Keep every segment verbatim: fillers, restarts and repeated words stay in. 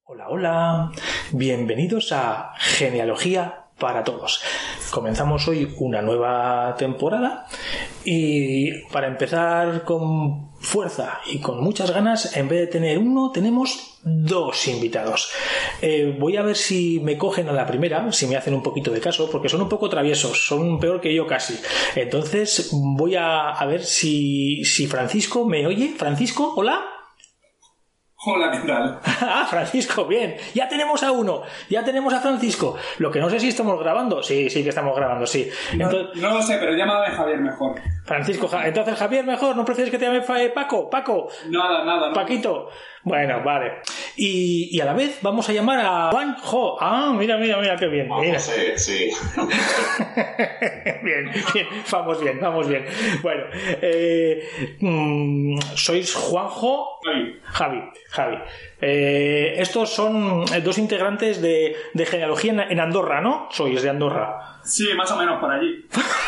Hola, hola, bienvenidos a Genealogía para Todos. Comenzamos hoy una nueva temporada y para empezar con fuerza y con muchas ganas, en vez de tener uno, tenemos dos invitados. Eh, voy a ver si me cogen a la primera, si me hacen un poquito de caso, porque son un poco traviesos, son peor que yo casi. Entonces voy a, a ver si, si Francisco me oye. Francisco, hola. Hola, ¿qué tal? Ah, Francisco, bien. Ya tenemos a uno. Ya tenemos a Francisco. Lo que no sé si estamos grabando. Sí, sí que estamos grabando, sí. Entonces... No, no lo sé, pero llámame Javier mejor. Francisco, entonces Javier mejor. ¿No prefieres que te llame Paco? Paco. Nada, nada. No. Paquito. Bueno, vale. Y, y a la vez vamos a llamar a Juanjo. Ah, mira, mira, mira, qué bien. Mira. Sí, sí. Bien, bien. Vamos bien, vamos bien. Bueno, eh, mmm, sois Juanjo. Javi. Javi. Javi. Eh, estos son dos integrantes de, de genealogía en, en Andorra, ¿no? Sois de Andorra. Sí, más o menos por allí.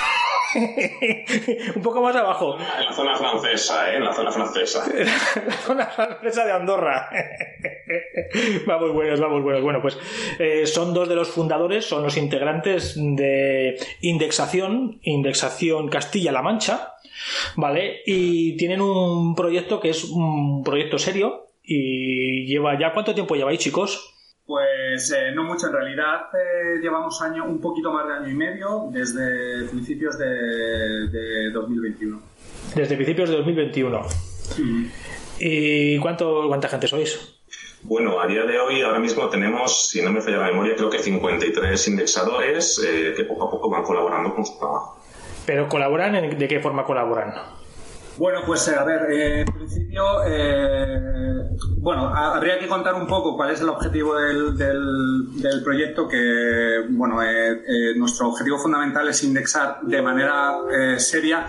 Un poco más abajo. En la zona francesa, ¿eh? En la zona francesa. La zona francesa de Andorra. Vamos buenos, vamos buenos. Bueno, pues eh, son dos de los fundadores, son los integrantes de Indexación, Indexación Castilla-La Mancha, ¿vale? Y tienen un proyecto que es un proyecto serio y lleva ya... ¿Cuánto tiempo lleváis, chicos? Pues eh, no mucho, en realidad eh, llevamos año, un poquito más de año y medio desde principios de, de dos mil veintiuno. Desde principios de dos mil veintiuno. Sí. ¿Y cuánto, cuánta gente sois? Bueno, a día de hoy ahora mismo tenemos, si no me falla la memoria, creo que cincuenta y tres indexadores eh, que poco a poco van colaborando con su trabajo. ¿Pero colaboran? ¿En, ¿De qué forma colaboran? Bueno, pues a ver, eh, en principio, eh, bueno, a, habría que contar un poco cuál es el objetivo del, del, del proyecto, que, bueno, eh, eh, nuestro objetivo fundamental es indexar de manera eh, seria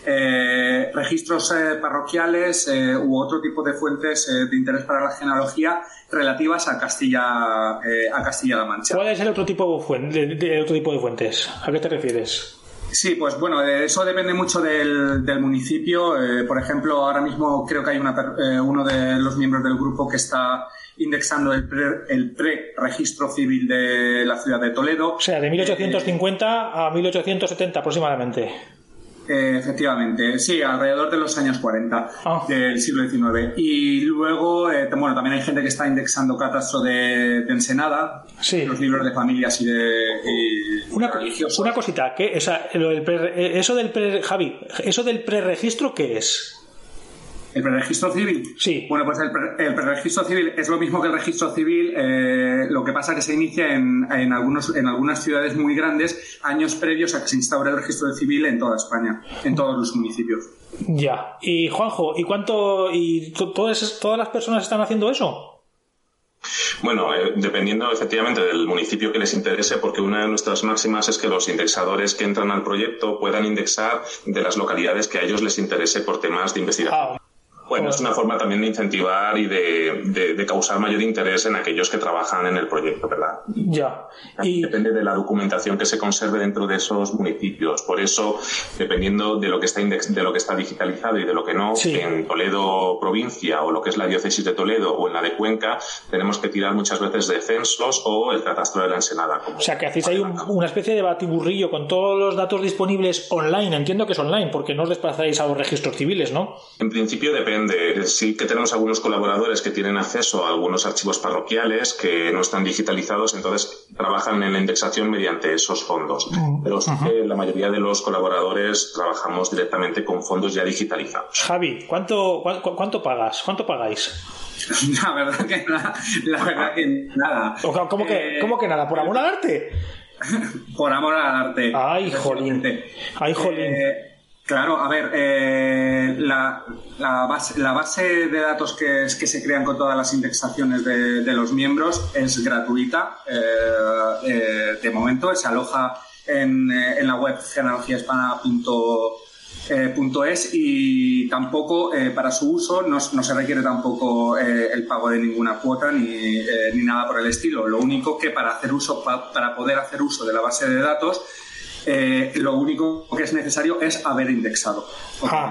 eh, registros eh, parroquiales eh, u otro tipo de fuentes eh, de interés para la genealogía relativas a Castilla, eh, a Castilla-La Mancha. ¿Cuál es el otro tipo de, fuente, de, de otro tipo de fuentes? ¿A qué te refieres? Sí, pues bueno, eso depende mucho del, del municipio. Eh, por ejemplo, ahora mismo creo que hay una, eh, uno de los miembros del grupo que está indexando el pre, el pre-registro civil de la ciudad de Toledo. O sea, de mil ochocientos cincuenta eh, a mil ochocientos setenta aproximadamente. Eh, efectivamente, sí, alrededor de los años cuarenta oh. del siglo diecinueve. Y luego, eh, bueno, también hay gente que está indexando catastro de, de Ensenada, sí. Los libros de familias y de y una, religiosos. Una cosita, ¿qué? O sea, el pre, eso del pre, Javi, ¿eso del preregistro qué es? ¿El preregistro civil? Sí. Bueno, pues el, pre, el preregistro civil es lo mismo que el registro civil, eh, lo que pasa que se inicia en, en, algunos, en algunas ciudades muy grandes años previos a que se instaure el registro civil en toda España, en todos los municipios. Ya. Y Juanjo, ¿y cuánto y todas, todas las personas están haciendo eso? Bueno, eh, dependiendo efectivamente del municipio que les interese, porque una de nuestras máximas es que los indexadores que entran al proyecto puedan indexar de las localidades que a ellos les interese por temas de investigación. Ah. Bueno, es una forma también de incentivar y de, de, de causar mayor interés en aquellos que trabajan en el proyecto, ¿verdad? Ya. Y... Depende de la documentación que se conserve dentro de esos municipios. Por eso, dependiendo de lo que está index, de lo que está digitalizado y de lo que no, sí. En Toledo provincia o lo que es la diócesis de Toledo o en la de Cuenca, tenemos que tirar muchas veces de censos o el catastro de la Ensenada. Como o sea, que hacéis ahí un, una especie de batiburrillo con todos los datos disponibles online. Entiendo que es online, porque no os desplazáis a los registros civiles, ¿no? En principio depende. Sí que tenemos algunos colaboradores que tienen acceso a algunos archivos parroquiales que no están digitalizados, entonces trabajan en la indexación mediante esos fondos. Pero sí que la mayoría de los colaboradores trabajamos directamente con fondos ya digitalizados. Javi, ¿cuánto, cu- cuánto pagas? ¿Cuánto pagáis? La verdad que nada. La verdad que nada. ¿Cómo que, eh, ¿cómo que nada? ¿Por amor al arte? Por amor al arte. Ay, jolín. Ay, jolín. Eh, Claro, a ver, eh, la, la, base, la base de datos que, que se crean con todas las indexaciones de, de los miembros es gratuita. Eh, eh, de momento se aloja en, en la web genealogiahispana punto es y tampoco eh, para su uso no, no se requiere tampoco eh, el pago de ninguna cuota ni, eh, ni nada por el estilo. Lo único que para hacer uso, pa, para poder hacer uso de la base de datos, Eh, lo único que es necesario es haber indexado. Ah,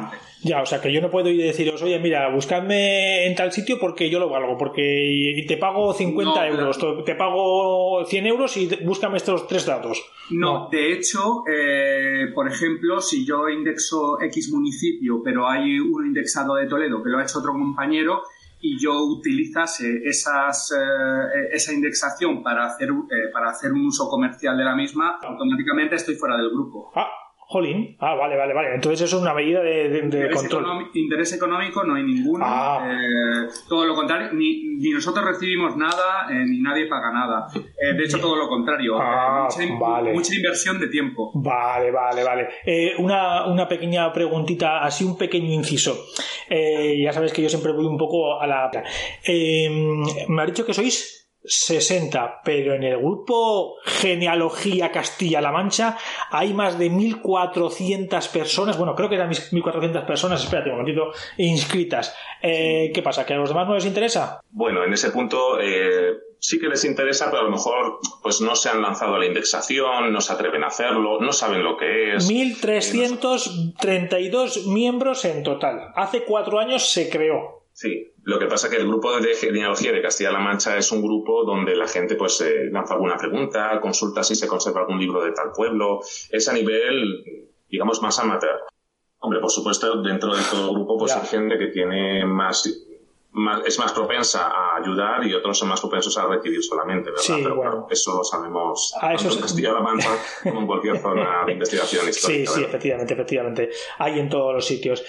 Ya, o sea, que yo no puedo ir y deciros, oye, mira, buscadme en tal sitio porque yo lo valgo, porque te pago cincuenta no, euros, pero... te pago cien euros y búscame estos tres datos. No, no. de hecho, eh, por ejemplo, si yo indexo X municipio, pero hay uno indexado de Toledo que lo ha hecho otro compañero, y yo utilizase esas, eh, esa indexación para hacer, eh, para hacer un uso comercial de la misma, automáticamente estoy fuera del grupo. Ah, jolín. Ah, vale, vale, vale. Entonces eso es una medida de, de, de interés control. Económico, interés económico no hay ninguno. Ah. Eh, todo lo contrario. Ni, ni nosotros recibimos nada, eh, ni nadie paga nada. Eh, de hecho, todo lo contrario. Ah, eh, mucha, vale. mucha inversión de tiempo. Vale, vale, vale. Eh, una, una pequeña preguntita, así un pequeño inciso. Eh, ya sabes que yo siempre voy un poco a la... Eh, me ha dicho que sois sesenta, pero en el grupo Genealogía Castilla-La Mancha hay más de mil cuatrocientas personas, bueno, creo que eran mil cuatrocientas personas, espérate un momentito, inscritas. Eh, ¿Qué pasa? ¿Que a los demás no les interesa? Bueno, en ese punto eh, sí que les interesa, pero a lo mejor pues no se han lanzado a la indexación, no se atreven a hacerlo, no saben lo que es. mil trescientos treinta y dos miembros en total. Hace cuatro años se creó. Sí, lo que pasa es que el grupo de genealogía de Castilla-La Mancha es un grupo donde la gente pues eh, lanza alguna pregunta, consulta si se conserva algún libro de tal pueblo. Es a nivel, digamos, más amateur. Hombre, por supuesto, dentro de todo el grupo pues hay gente que tiene más, más, es más propensa a ayudar y otros son más propensos a recibir solamente, ¿verdad? Sí, pero bueno. bueno, eso lo sabemos Ah, eso tanto en es... Castilla-La Mancha como en cualquier zona de investigación histórica. Sí, sí, ¿verdad? efectivamente, efectivamente. Hay en todos los sitios.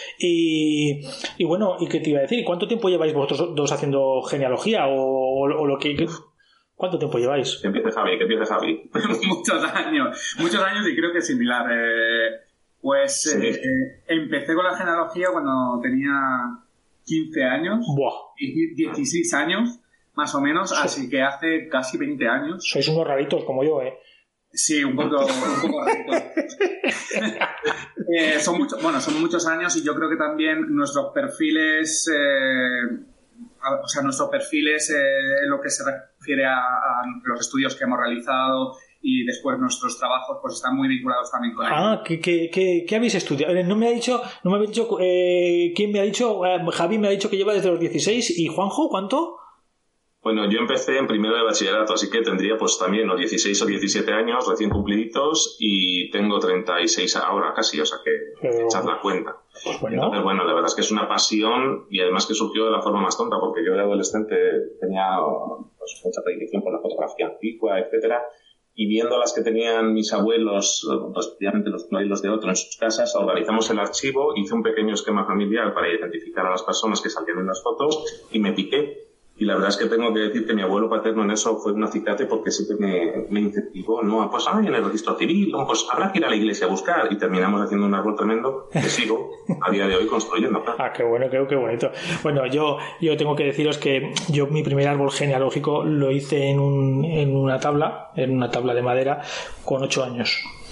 Y, y bueno, ¿y qué te iba a decir? ¿Cuánto tiempo lleváis vosotros dos haciendo genealogía? ¿O, o lo que... ¿Cuánto tiempo lleváis? Que empiece Javi, que empiece Javi. Muchos años, muchos años y creo que es similar. Eh, pues Sí. eh, eh, empecé con la genealogía cuando tenía quince años, Buah. y dieciséis años, más o menos, Sí. así que hace casi veinte años. Sois unos raritos como yo, ¿eh? Sí, un poco, un poco rarito. eh, son muchos, bueno, son muchos años y yo creo que también nuestros perfiles, eh, a, o sea, nuestros perfiles eh, en lo que se refiere a, a los estudios que hemos realizado y después nuestros trabajos, pues están muy vinculados también con ello. Ah, ¿qué, qué, qué, qué habéis estudiado? No me ha dicho, no me ha dicho, eh, ¿quién me ha dicho? Eh, Javi me ha dicho que lleva desde los dieciséis. ¿Y Juanjo, cuánto? Bueno, yo empecé en primero de bachillerato, así que tendría pues también los dieciséis o diecisiete años recién cumpliditos y tengo treinta y seis ahora casi, o sea que Pero... echad la cuenta. Pues bueno. Entonces, bueno, la verdad es que es una pasión y además que surgió de la forma más tonta, porque yo de adolescente tenía pues, mucha predilección por la fotografía antigua, etcétera, y viendo las que tenían mis abuelos, respectivamente los uno y los de otro en sus casas, organizamos el archivo, hice un pequeño esquema familiar para identificar a las personas que salían en las fotos y me piqué. Y la verdad es que tengo que decir que mi abuelo paterno en eso fue un acicate porque siempre me, me incentivó, ¿no? Pues ay, en el registro civil, ¿no? Pues habrá que ir a la iglesia a buscar. Y terminamos haciendo un árbol tremendo que sigo a día de hoy construyendo. Claro. Ah, qué bueno, qué, qué bonito. Bueno, yo, yo tengo que deciros que yo mi primer árbol genealógico lo hice en, un, en una tabla, en una tabla de madera, con ocho años.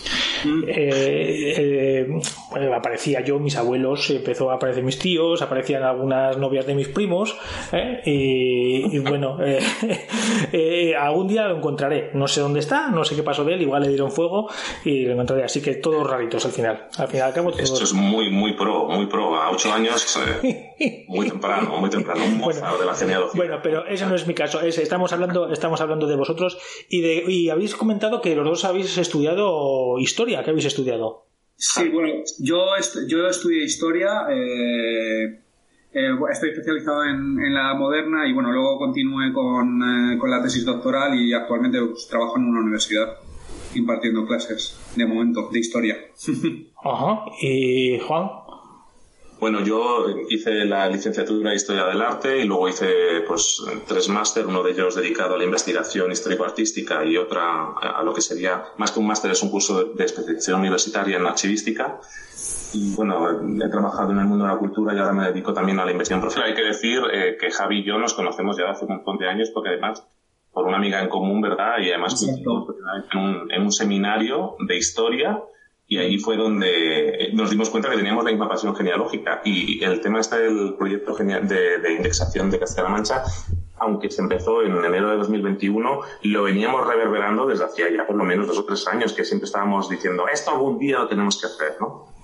Eh, eh, bueno, aparecía yo, mis abuelos, empezó a aparecer mis tíos, aparecían algunas novias de mis primos, ¿eh? y, y bueno, eh, eh, algún día lo encontraré. No sé dónde está, no sé qué pasó de él, igual le dieron fuego y lo encontraré. Así que todos raritos al final. Al final al cabo, todos... Esto es muy, muy pro, muy pro. A ocho años, eh, muy temprano, muy temprano. Un Mozart bueno, de la genealogía. Bueno, pero ese no es mi caso. Es, estamos hablando, estamos hablando de vosotros y de y habéis comentado que los dos habéis estudiado historia. ¿Qué habéis estudiado? Sí, bueno, yo, est- yo estudié historia, eh, eh, estoy especializado en, en la moderna y bueno, luego continué con, eh, con la tesis doctoral y actualmente pues, trabajo en una universidad impartiendo clases, de momento, de historia. Ajá. ¿Y Juan? Bueno, yo hice la licenciatura en Historia del Arte y luego hice pues tres máster, uno de ellos dedicado a la investigación histórico-artística y otra a lo que sería, más que un máster, es un curso de especialización universitaria en archivística. Y bueno, he trabajado en el mundo de la cultura y ahora me dedico también a la investigación profesional. Hay que decir eh, que Javi y yo nos conocemos ya hace un montón de años porque además por una amiga en común, ¿verdad? Y además coincidimos en un, en un seminario de historia. Y ahí fue donde nos dimos cuenta que teníamos la misma pasión genealógica. Y el tema este del proyecto de, de indexación de Castilla-La Mancha, aunque se empezó en enero de dos mil veintiuno, lo veníamos reverberando desde hacía ya por lo menos dos o tres años, que siempre estábamos diciendo, esto algún día lo tenemos que hacer, ¿no?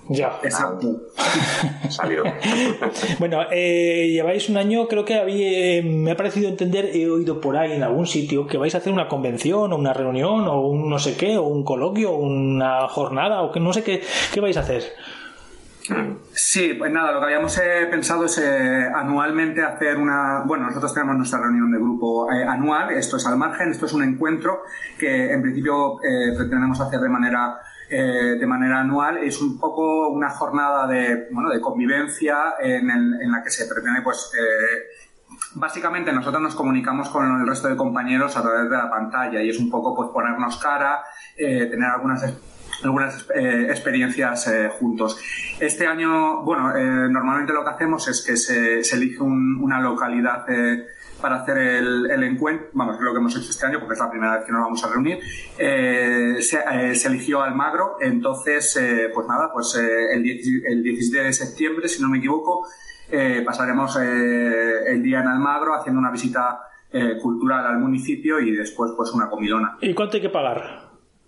Ya. Exacto. Salió. Bueno, eh, lleváis un año, creo que había, me ha parecido entender, he oído por ahí en algún sitio que vais a hacer una convención o una reunión o un no sé qué, o un coloquio, o una jornada, o que no sé qué, qué vais a hacer. Sí, pues nada, lo que habíamos eh, pensado es eh, anualmente hacer una... Bueno, nosotros tenemos nuestra reunión de grupo eh, anual, esto es al margen, esto es un encuentro que en principio eh, pretendemos hacer de manera eh, de manera anual. Es un poco una jornada de, bueno, de convivencia en, el, en la que se pretende, pues... Eh, básicamente nosotros nos comunicamos con el resto de compañeros a través de la pantalla y es un poco pues ponernos cara, eh, tener algunas algunas eh, experiencias eh, juntos. Este año, bueno, eh, normalmente lo que hacemos es que se, se elige un, una localidad eh, para hacer el, el encuentro. Vamos, es lo que hemos hecho este año porque es la primera vez que nos vamos a reunir. Eh, se, eh, se eligió Almagro, entonces, eh, pues nada, pues eh, el, el diecisiete de septiembre, si no me equivoco, eh, pasaremos eh, el día en Almagro haciendo una visita eh, cultural al municipio y después pues una comilona. ¿Y cuánto hay que pagar?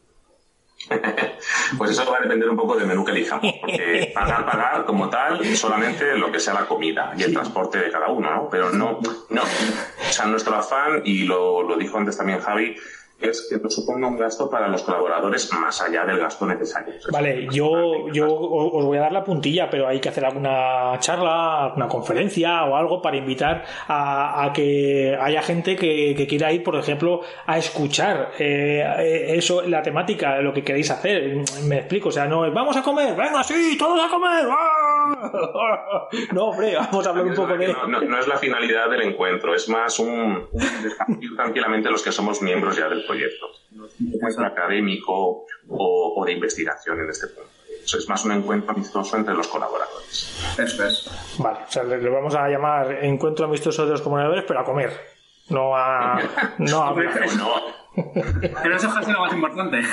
Pues eso va a depender un poco del menú que elijamos, porque pagar, pagar como tal, solamente lo que sea la comida y el transporte de cada uno, ¿no? Pero no, no, o sea, nuestro afán, y lo, lo dijo antes también Javi, es que no suponga un gasto para los colaboradores más allá del gasto necesario. Vale, yo, yo os voy a dar la puntilla, pero hay que hacer alguna charla, alguna conferencia o algo para invitar a, a que haya gente que, que quiera ir, por ejemplo, a escuchar eh, eso, la temática, lo que queréis hacer. Me explico, o sea, no es vamos a comer, venga, sí, todos a comer. ¡Ah! No, hombre, vamos a hablar un poco de... No, no, no es la finalidad del encuentro, es más un, un desafío tranquilamente los que somos miembros ya del proyecto. No es un encuentro académico o, o de investigación en este punto. Eso es más un encuentro amistoso entre los colaboradores. Eso es. Vale, o sea, le vamos a llamar encuentro amistoso de los colaboradores, pero a comer. No a... No a hablar. Pero eso es casi lo más importante.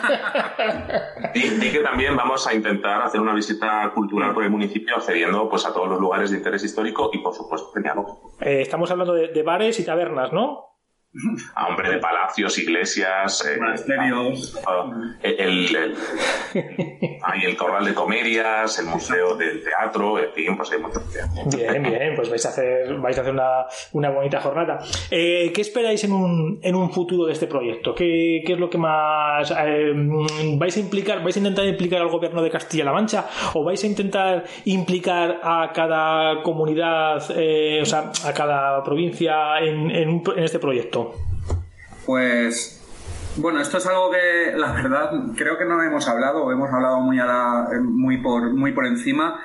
Y, y que también vamos a intentar hacer una visita cultural por el municipio, accediendo pues a todos los lugares de interés histórico y, por supuesto, genial. Eh, estamos hablando de, de bares y tabernas, ¿no? A hombre de palacios, iglesias, eh, monasterios, el, el, el, hay el corral de comedias, el museo del teatro, en fin, pues hay muchos. Bien, bien, pues vais a hacer, vais a hacer una, una bonita jornada. Eh, ¿Qué esperáis en un, en un futuro de este proyecto? ¿Qué, qué es lo que más eh, vais a implicar? ¿Vais a intentar implicar al gobierno de Castilla-La Mancha o vais a intentar implicar a cada comunidad, eh, o sea, a cada provincia en, en, un, en este proyecto? Pues bueno, esto es algo que la verdad creo que no hemos hablado o hemos hablado muy a la, muy por muy por encima.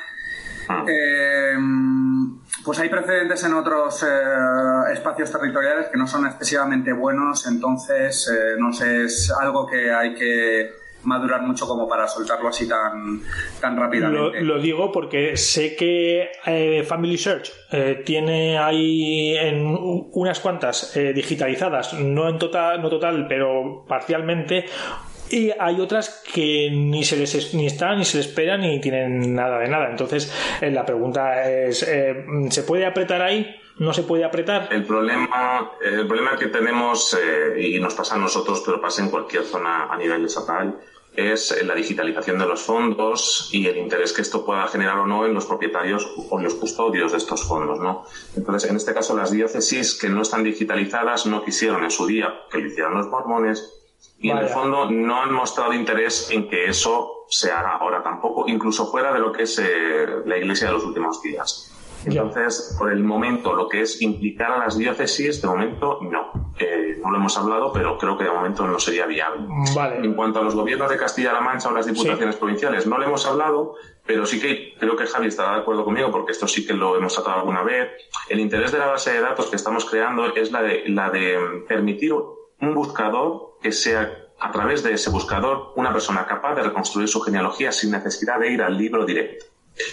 Eh, pues hay precedentes en otros eh, espacios territoriales que no son excesivamente buenos, entonces eh, no sé, es algo que hay que madurar mucho como para soltarlo así tan, tan rápidamente. Lo, lo digo porque sé que eh, Family Search eh, tiene ahí en unas cuantas eh, digitalizadas, no en total, no total, pero parcialmente, y hay otras que ni se les ni están, ni se les espera, ni tienen nada de nada. Entonces eh, la pregunta es, eh, ¿se puede apretar ahí? ¿No se puede apretar? El problema, el problema que tenemos, eh, y nos pasa a nosotros, pero pasa en cualquier zona a nivel estatal, es la digitalización de los fondos y el interés que esto pueda generar o no en los propietarios o los custodios de estos fondos, ¿no? Entonces, en este caso, las diócesis que no están digitalizadas no quisieron en su día que lo hicieran los mormones y Vaya. En el fondo no han mostrado interés en que eso se haga ahora tampoco, incluso fuera de lo que es eh, la Iglesia de los últimos días. Entonces, por el momento, lo que es implicar a las diócesis, de momento no. Eh, no lo hemos hablado, pero creo que de momento no sería viable. Vale. En cuanto a los gobiernos de Castilla-La Mancha o las diputaciones sí. provinciales, no lo hemos hablado, pero sí que creo que Javi estará de acuerdo conmigo, porque esto sí que lo hemos tratado alguna vez. El interés de la base de datos que estamos creando es la de, la de permitir un buscador que sea, a través de ese buscador, una persona capaz de reconstruir su genealogía sin necesidad de ir al libro directo.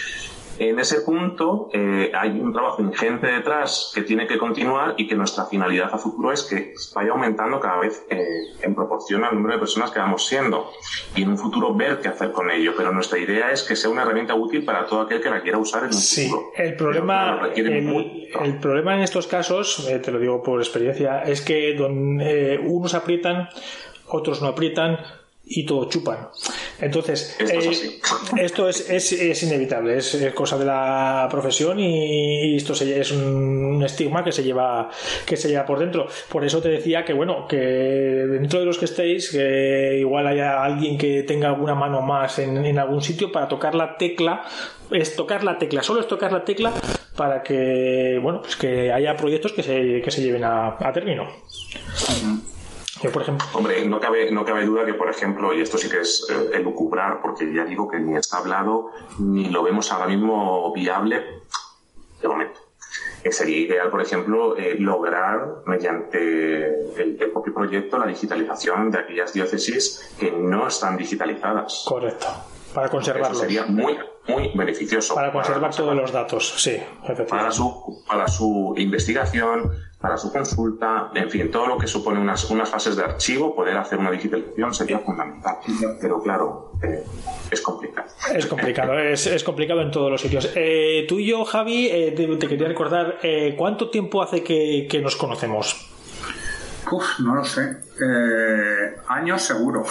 En ese punto eh, hay un trabajo ingente detrás que tiene que continuar y que nuestra finalidad a futuro es que vaya aumentando cada vez eh, en proporción al número de personas que vamos siendo y en un futuro ver qué hacer con ello, pero nuestra idea es que sea una herramienta útil para todo aquel que la quiera usar en un sí, futuro. El problema, el, el problema en estos casos, eh, te lo digo por experiencia, es que don, eh, unos aprietan, otros no aprietan. y todo chupan. Entonces, esto es, eh, así. esto es, es, es inevitable, es, es cosa de la profesión y, y esto se, es un estigma que se lleva que se lleva por dentro. Por eso te decía que, bueno, que dentro de los que estéis, que igual haya alguien que tenga alguna mano más en, en algún sitio para tocar la tecla, es tocar la tecla, solo es tocar la tecla para que, bueno, pues que haya proyectos que se, que se lleven a, a término. Yo, por ejemplo... Hombre, no cabe, no cabe duda que, por ejemplo, y esto sí que es eh, elucubrar, porque ya digo que ni está hablado ni lo vemos ahora mismo viable de momento. Eh, sería ideal, por ejemplo, eh, lograr mediante el, el propio proyecto la digitalización de aquellas diócesis que no están digitalizadas. Correcto, para conservarlos. Eso sería muy, muy beneficioso. Para conservar para todos los datos, sí, efectivamente. Para su, para su investigación, para su consulta, en fin, todo lo que supone unas, unas fases de archivo, poder hacer una digitalización sería fundamental. Pero claro, eh, es complicado. Es complicado, es, es complicado en todos los sitios. Eh, tú y yo, Javi, eh, te, te quería recordar, eh, ¿cuánto tiempo hace que, que nos conocemos? Uf, no lo sé. Eh, años seguro.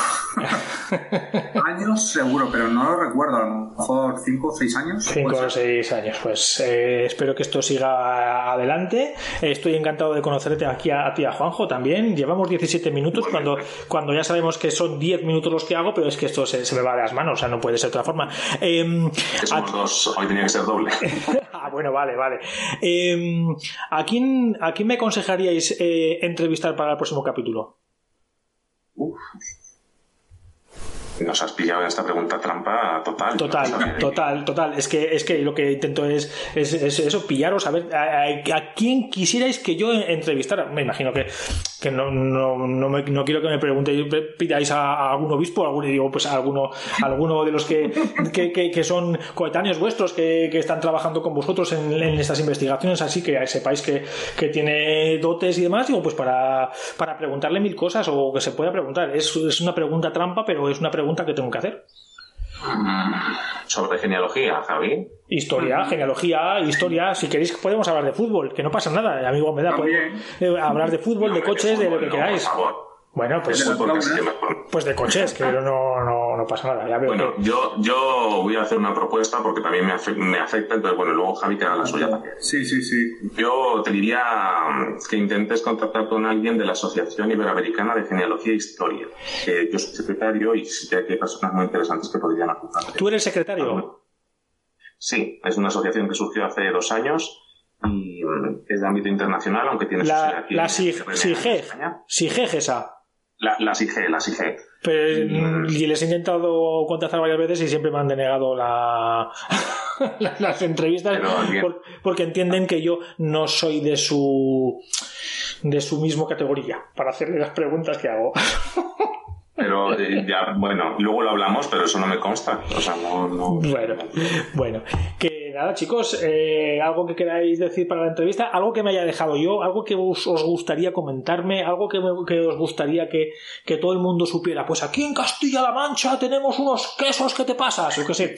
Años seguro, pero no lo recuerdo. A lo mejor cinco o seis años. Cinco o seis años. Pues eh, espero que esto siga adelante. Eh, estoy encantado de conocerte aquí a, a ti, a Juanjo, también. Llevamos diecisiete minutos cuando, cuando ya sabemos que son diez minutos los que hago, pero es que esto se, se me va de las manos. O sea, no puede ser de otra forma. Eh, Somos a... dos. Hoy tenía que ser doble. Ah, bueno, vale, vale. Eh, ¿a, quién, ¿A quién me aconsejaríais eh, entrevistar para el próximo capítulo? Uf. Nos has pillado en esta pregunta trampa total. Total, total, total. Es que, es que lo que intento es, es, es eso, pillaros, a ver, a, a, a quién quisierais que yo entrevistara. Me imagino que, que no, no, no, me, no quiero que me preguntéis, pidáis a, a algún obispo, a algún, digo, pues a alguno, a alguno de los que, que, que, que son coetáneos vuestros, que, que están trabajando con vosotros en, en estas investigaciones, así que sepáis que, que tiene dotes y demás, digo, pues para, para preguntarle mil cosas o que se pueda preguntar. Es, es una pregunta trampa, pero es una pregunta que tengo que hacer. Sobre genealogía, Javi. Historia, genealogía, historia. Si queréis podemos hablar de fútbol, que no pasa nada, amigo, me da podemos hablar de fútbol, no, de coches, de, fútbol, de lo que no, queráis. Por favor. Bueno, pues, pues de coches, que no, no, no pasa nada. Ya veo bueno, que... yo, yo voy a hacer una propuesta porque también me afecta, me afecta, entonces bueno, luego Javi te haga la suya también. Sí, sí, sí. Yo te diría que intentes contactar con alguien de la Asociación Iberoamericana de Genealogía e Historia. Eh, yo soy secretario y sé que hay personas muy interesantes que podrían apuntar. ¿Tú eres secretario? Sí, es una asociación que surgió hace dos años y es de ámbito internacional, aunque tiene la, su sede aquí la en SIGEG, SIGEG esa. La, la SIGEG, la SIGEG. Pero, mm. Y les he intentado contactar varias veces y siempre me han denegado la, las entrevistas por, porque entienden que yo no soy de su de su mismo categoría para hacerle las preguntas que hago. Pero ya, bueno, luego lo hablamos, pero eso no me consta. O sea, no, no... Bueno, bueno, que nada, chicos, eh, algo que queráis decir para la entrevista, algo que me haya dejado yo, algo que os, os gustaría comentarme, algo que, me, que os gustaría que, que todo el mundo supiera. Pues aquí en Castilla-La Mancha tenemos unos quesos que te pasas, o qué sé.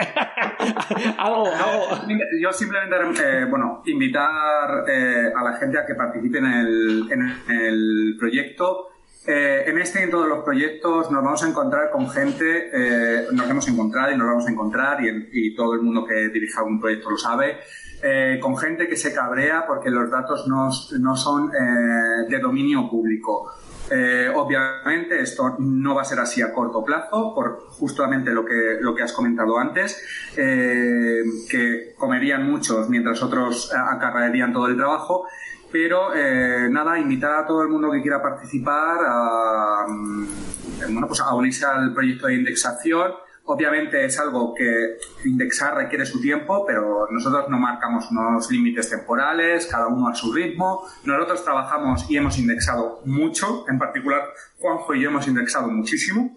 algo, algo. Yo simplemente, eh, bueno, invitar eh, a la gente a que participe en el, en el proyecto. Eh, en este y en todos los proyectos nos vamos a encontrar con gente, eh, nos hemos encontrado y nos vamos a encontrar, y, el, y todo el mundo que dirija un proyecto lo sabe, eh, con gente que se cabrea porque los datos no, no son eh, de dominio público. Eh, obviamente esto no va a ser así a corto plazo, por justamente lo que, lo que has comentado antes, eh, que comerían muchos mientras otros acarrearían todo el trabajo. Pero eh, nada, invitar a todo el mundo que quiera participar a, bueno, pues a unirse al proyecto de indexación. Obviamente es algo que indexar requiere su tiempo, pero nosotros no marcamos unos límites temporales, cada uno a su ritmo. Nosotros trabajamos y hemos indexado mucho, en particular Juanjo y yo hemos indexado muchísimo.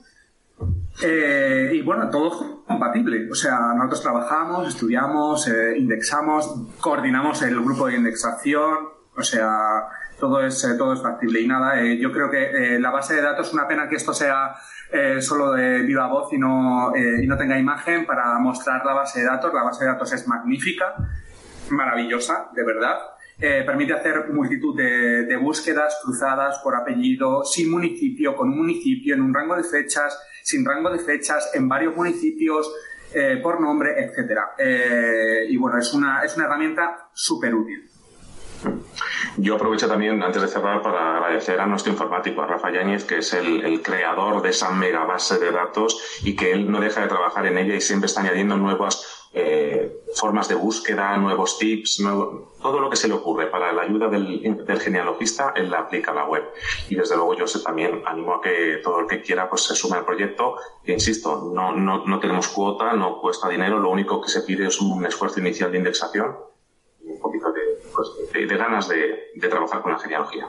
Eh, y bueno, todo es compatible. O sea, nosotros trabajamos, estudiamos, eh, indexamos, coordinamos el grupo de indexación. O sea, todo es, eh, todo es factible y nada, eh, yo creo que eh, la base de datos, una pena que esto sea eh, solo de viva voz y no, eh, y no tenga imagen para mostrar la base de datos. La base de datos es magnífica, maravillosa, de verdad. eh, permite hacer multitud de, de búsquedas cruzadas por apellido, sin municipio, con un municipio, en un rango de fechas, sin rango de fechas, en varios municipios, eh, por nombre, etcétera. Eh, y bueno, es una, es una herramienta súper útil. Yo aprovecho también, antes de cerrar, para agradecer a nuestro informático, a Rafa Yáñez, que es el, el creador de esa mega base de datos y que él no deja de trabajar en ella y siempre está añadiendo nuevas eh, formas de búsqueda, nuevos tips, nuevo, todo lo que se le ocurre para la ayuda del, del genealogista, él la aplica a la web. Y desde luego yo sé, también animo a que todo el que quiera pues se sume al proyecto, que insisto, no, no, no tenemos cuota, no cuesta dinero, lo único que se pide es un esfuerzo inicial de indexación y un poquito de, pues, de, de ganas de, de trabajar con la genealogía.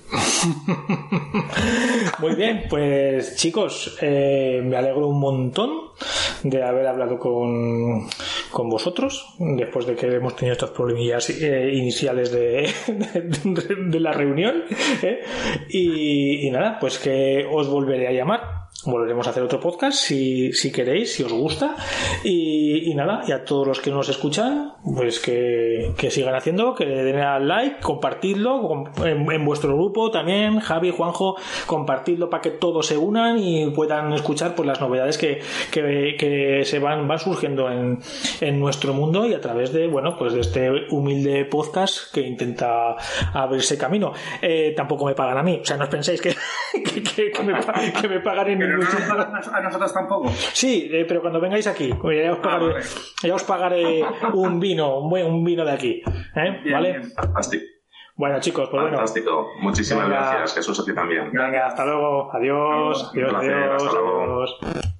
Muy bien, pues chicos, eh, me alegro un montón de haber hablado con, con vosotros después de que hemos tenido estos problemillas eh, iniciales de, de, de la reunión, ¿eh? y, y nada, pues que os volveré a llamar. Volveremos a hacer otro podcast si, si queréis, si os gusta, y, y nada, y a todos los que nos escuchan, pues que, que sigan haciendo, que le den al like, compartidlo en, en vuestro grupo también, Javi, Juanjo, compartidlo para que todos se unan y puedan escuchar pues las novedades que, que, que se van, van surgiendo en, en nuestro mundo, y a través de, bueno, pues de este humilde podcast que intenta abrirse camino. Eh, tampoco me pagan a mí, o sea, no os penséis que, que, que, que, me, que me pagan en Pero no a nosotros tampoco. Sí, eh, pero cuando vengáis aquí, ya os pagaré, ah, vale. ya os pagaré un vino, un buen un vino de aquí, ¿eh? Bien, ¿vale? Bien. Fantástico. Bueno, chicos, pues Fantástico. bueno. Muchísimas Venga. gracias, Jesús, a ti también. Venga, hasta luego. Adiós. Un Adiós, placer, adiós, hasta luego. adiós.